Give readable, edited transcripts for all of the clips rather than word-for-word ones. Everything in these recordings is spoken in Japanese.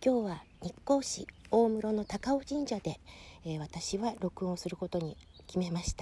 今日は日光市大室の高尾神社で、私は録音をすることに決めました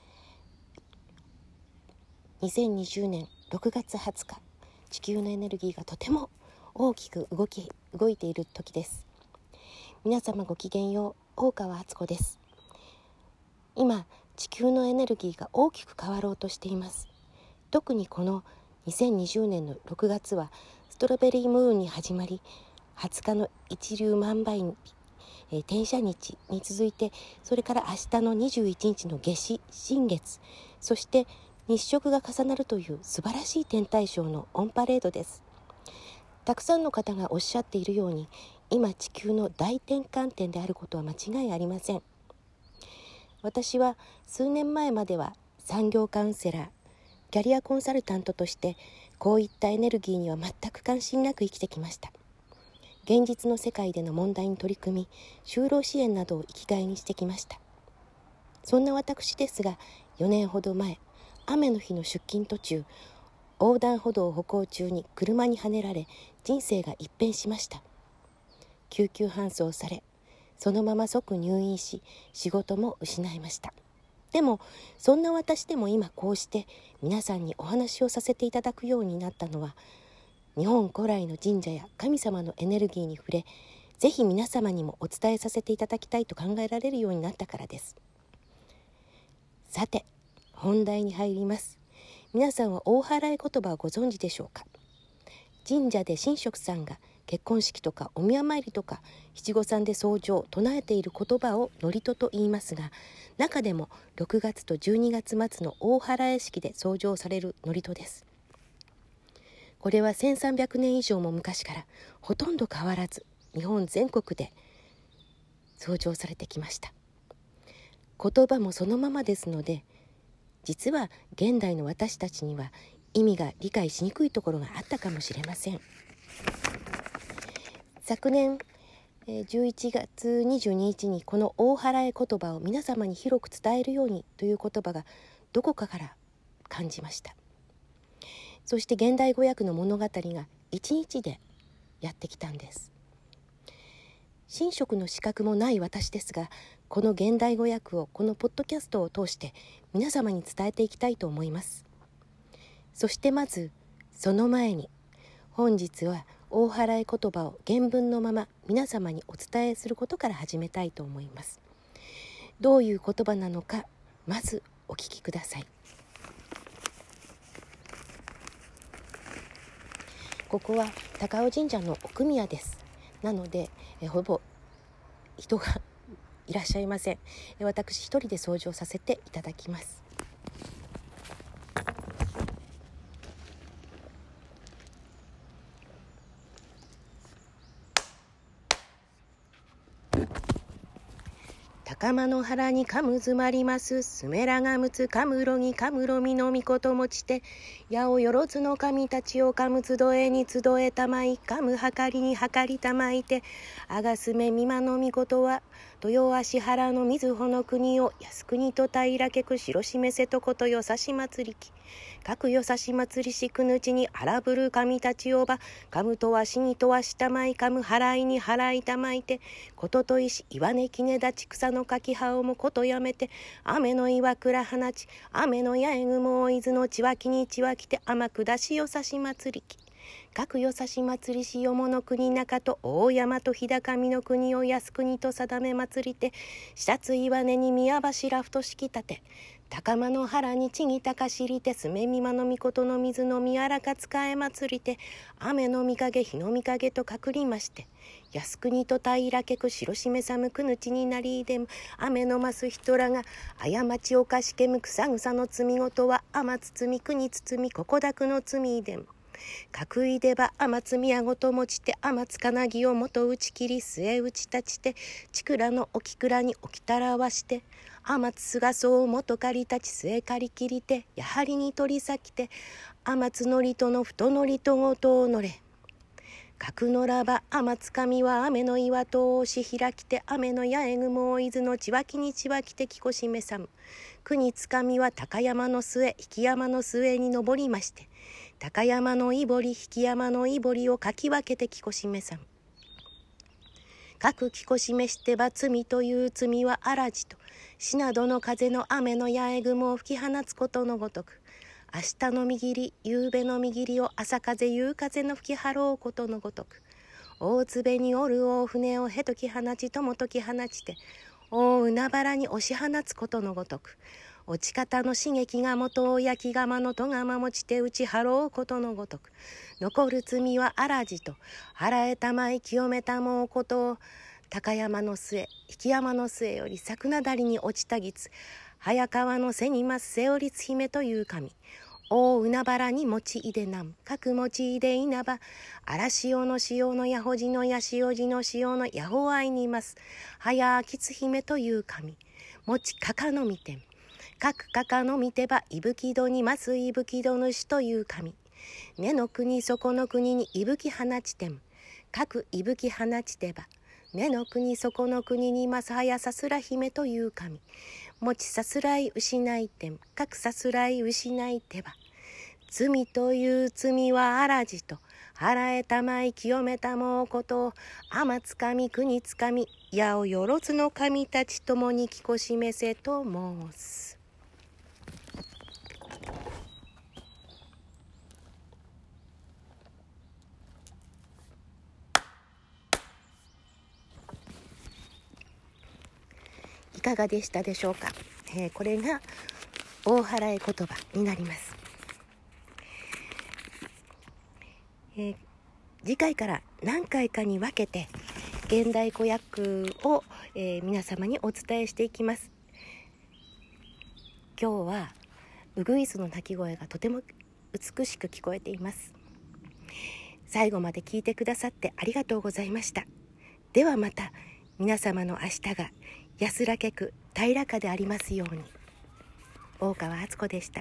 。2020年6月20日、地球のエネルギーがとても大きく動いている時です。皆様ごきげんよう、大川敦子です。今、地球のエネルギーが大きく変わろうとしています。特にこの2020年の6月はストロベリームーンに始まり、20日の一粒万倍日、転写日に続いて、それから明日の21日の夏至、新月、そして日食が重なるという素晴らしい天体ショーのオンパレードです。たくさんの方がおっしゃっているように、今地球の大転換点であることは間違いありません。私は数年前までは産業カウンセラー、キャリアコンサルタントとして、こういったエネルギーには全く関心なく生きてきました。現実の世界での問題に取り組み、就労支援などを生きがいにしてきました。そんな私ですが、4年ほど前、雨の日の出勤途中、横断歩道を歩行中に車にはねられ、人生が一変しました。救急搬送され、そのまま即入院し、仕事も失いました。でも、そんな私でも今こうして皆さんにお話をさせていただくようになったのは、日本古来の神社や神様のエネルギーに触れ、ぜひ皆様にもお伝えさせていただきたいと考えられるようになったからです。さて、本題に入ります。皆さんは大祓い言葉をご存知でしょうか。神社で神職さんが結婚式とかお宮参りとか七五三で奏上唱えている言葉を祝詞と言いますが、中でも6月と12月末の大祓い式で奏上される祝詞です。これは1300年以上も昔からほとんど変わらず日本全国で奏上されてきました。言葉もそのままですので、実は現代の私たちには意味が理解しにくいところがあったかもしれません。昨年11月22日にこの大祓い言葉を皆様に広く伝えるようにという言葉がどこかから感じました。そして現代語訳の物語が1日でやってきたんです。神職の資格もない私ですが、この現代語訳をこのポッドキャストを通して皆様に伝えていきたいと思います。そしてまずその前に、本日は大祓い言葉を原文のまま皆様にお伝えすることから始めたいと思います。どういう言葉なのか、まずお聞きください。ここは高尾神社の奥宮です。なのでほぼ人がいらっしゃいません。私一人で掃除をさせていただきます。高間の原にかむずまりますすめらがむつかむろぎかむろみのみこともちて、やおよろずの神たちをかむつどえにつどえたまいかむはかりにはかりたまいて、あがすめみまのみことは豊足原のみずほの国を靖国と平けく白しめせとことよさし祭りき、各よさし祭りしくぬちに荒ぶる神たちをばかむとわしにとわしたまいかむ払いに払いたまいて、ことと石岩根きねだち草の柿葉をもことやめて、雨の岩倉放ち雨の八重雲を伊豆のちわきにちわきて天下しよさし祭りき、各よさし祭りしよもの国中と大山と日高みの国を靖国と定め祭りて、下津岩根に宮柱太しき立て、高間の原にちぎたかしりて、すめみまのみことの水のみあらか使え祭りて、雨のみかげ日のみかげとかくりまして、靖国と平けく白しめさむくぬちになりでむ、雨のます人らが過ちをかしけむ草草の罪ごとは天包み国包みここだくの罪でむ、角いでば天津宮ごと持ちて、天津かなぎを元打ち切り末打ち立ちて、ちくらの置き蔵に置きたらわして、天津菅草を元借り立ち末借り切りて、やはりに取り裂きて、天津のりとの太のりとごとをのれ、角のらば天津神は雨の岩と押し開きて、雨の八重雲を伊豆のちわきにちわきてきこしめさむ、国つかみは高山の末引山の末に登りまして、高山のいぼり引山のいぼりをかき分けてきこしめさむ、 各きこ示してば罪という罪はあらじと、死などの風の雨の八重雲を吹き放つことのごとく、明日のみぎり、夕べのみぎりを朝風夕風の吹き払うことのごとく、大粒におる大船をへとき放ちともとき放ちて、大海原に押し放つことのごとく、落ち方の刺激が元を焼き釜の戸釜持ちて打ち払うことのごとく、残る罪はあらじと、払えたまい清めたもうことを、高山の末、引山の末より桜なりに落ちたぎつ、早川の背にますせおりつ姫という神、大海原に持ちいでなん、各持ちいで稲葉、荒潮の潮のやほじのやしおじの潮のやほあいにます、早あきつ姫という神、持ちかかのみてん、各かかのみてば、いぶき戸にますいぶき戸主という神、根の国そこの国にいぶき放ちてん、各いぶき放ちてば、根の国そこの国にますはやさすら姫という神、持ちさすらい失いてん、各さすらい失いてば、罪という罪はあらじと、払えたまい清めたもうことを、天つかみ国つかみ、矢をよろずの神たちともにきこしめせと申す。いかがでしたでしょうか。これが大祓言葉になります。次回から何回かに分けて現代語訳を、皆様にお伝えしていきます。今日はウグイスの鳴き声がとても美しく聞こえています。最後まで聞いてくださってありがとうございました。ではまた皆様の明日が安らけく平らかでありますように。大川敦子でした。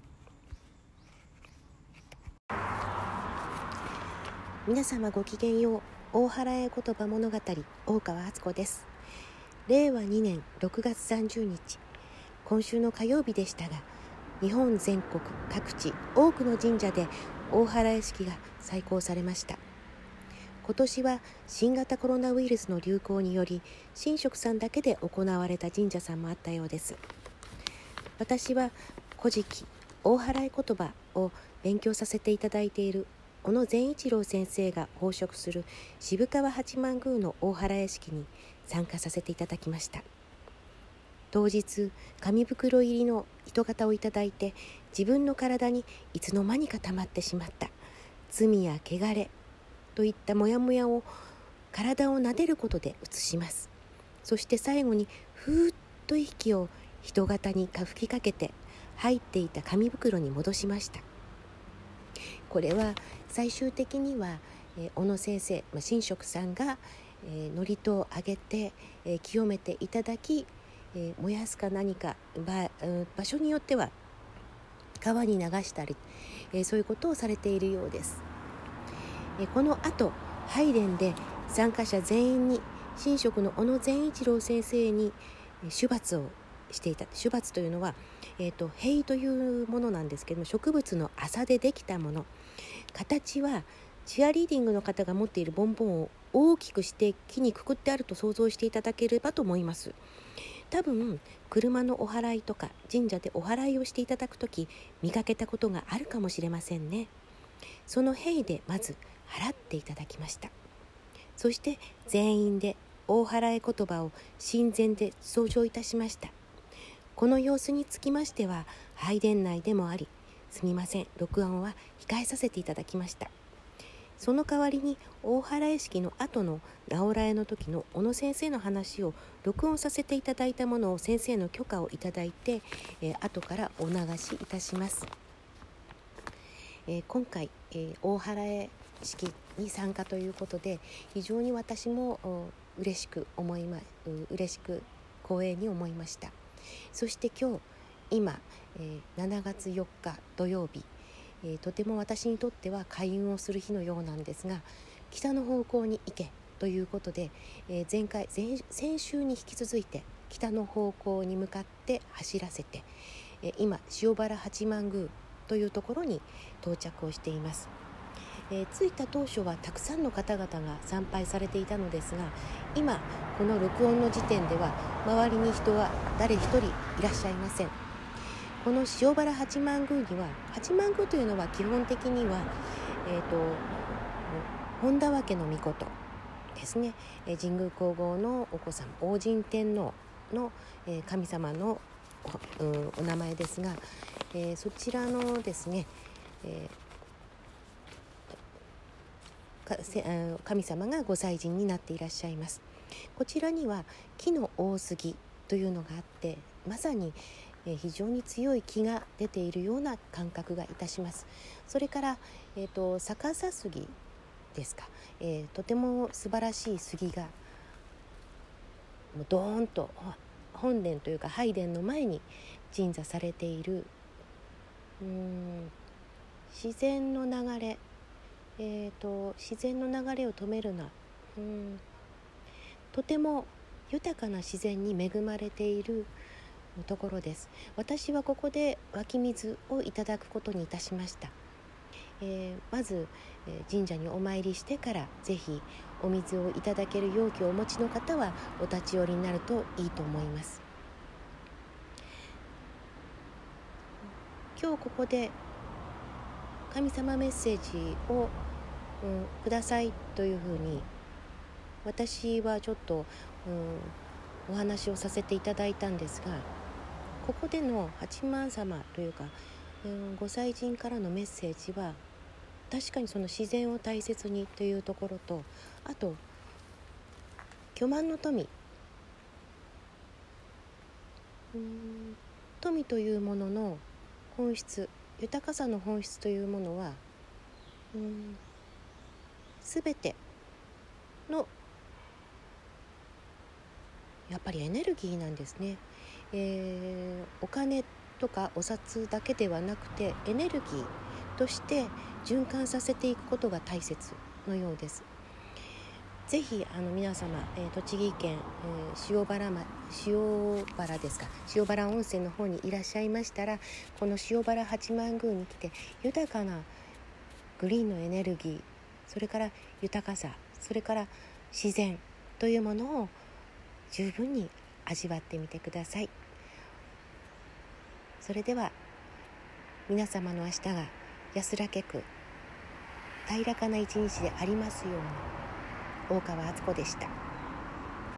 皆様ごきげんよう。大祓言葉物語、大川敦子です。令和2年6月30日、今週の火曜日でしたが、日本全国各地多くの神社で大祓式が再興されました。今年は新型コロナウイルスの流行により神職さんだけで行われた神社さんもあったようです。私は古事記大祓言葉を勉強させていただいている小野善一郎先生が奉職する渋川八幡宮の大祓式に参加させていただきました。当日紙袋入りの糸型をいただいて、自分の体にいつの間にか溜まってしまった罪や汚れといったモヤモヤを体を撫でることで移します。そして最後にふーっと息を人型に吹きかけて入っていた紙袋に戻しました。これは最終的には小野先生、神職さんが祝詞をあげて清めていただき、燃やすか何か場所によっては川に流したり、そういうことをされているようです。この後拝殿で参加者全員に神職の小野善一郎先生に手罰をしていた。手罰というのは、塀というものなんですけども、植物の麻でできたもの。形はチアリーディングの方が持っているボンボンを大きくして木にくくってあると想像していただければと思います。多分車のお祓いとか神社でお祓いをしていただくとき見かけたことがあるかもしれませんね。その塀でまず払っていただきました。そして全員で大祓い言葉を神前で奏唱いたしました。この様子につきましては拝殿内でもあり、すみません、録音は控えさせていただきました。その代わりに大祓い式の後の直らえの時の小野先生の話を録音させていただいたものを先生の許可をいただいて、後からお流しいたします。今回、大祓い式に参加ということで非常に私も嬉しく光栄に思いました。そして今、7月4日土曜日、とても私にとっては開運をする日のようなんですが、北の方向に行けということで、先週に引き続いて北の方向に向かって走らせて、今塩原八幡宮というところに到着をしています。 着いた当初はたくさんの方々が参拝されていたのですが、今この録音の時点では周りに人は誰一人いらっしゃいません。この塩原八幡宮には、八幡宮というのは基本的には、本田分の命ですね、神宮皇后のお子様、王神天皇の、神様の お名前ですが、そちらのですね、神様がご祭神になっていらっしゃいます。こちらには木の大杉というのがあって、まさに非常に強い木が出ているような感覚がいたします。それから、逆さ杉ですか、とても素晴らしい杉がもうドーンと本殿というか拝殿の前に鎮座されている、自然の流れ、自然の流れを止めるな、とても豊かな自然に恵まれているところです。私はここで湧き水をいただくことにいたしました。まず、神社にお参りしてから、ぜひお水をいただける容器をお持ちの方はお立ち寄りになるといいと思います。今日ここで神様メッセージを、くださいというふうに私はちょっと、お話をさせていただいたんですが、ここでの八幡様というか、ご祭神からのメッセージは確かにその自然を大切にというところと、あと巨万の富、富というものの本質、豊かさの本質というものは、全てのやっぱりエネルギーなんですね。お金とかお札だけではなくて、エネルギーとして循環させていくことが大切のようです。ぜひ皆様、栃木県、塩原ですか、塩原温泉の方にいらっしゃいましたら、この塩原八幡宮に来て豊かなグリーンのエネルギー、それから豊かさ、それから自然というものを十分に味わってみてください。それでは皆様の明日が安らけく平らかな一日でありますように。大川敦子でした。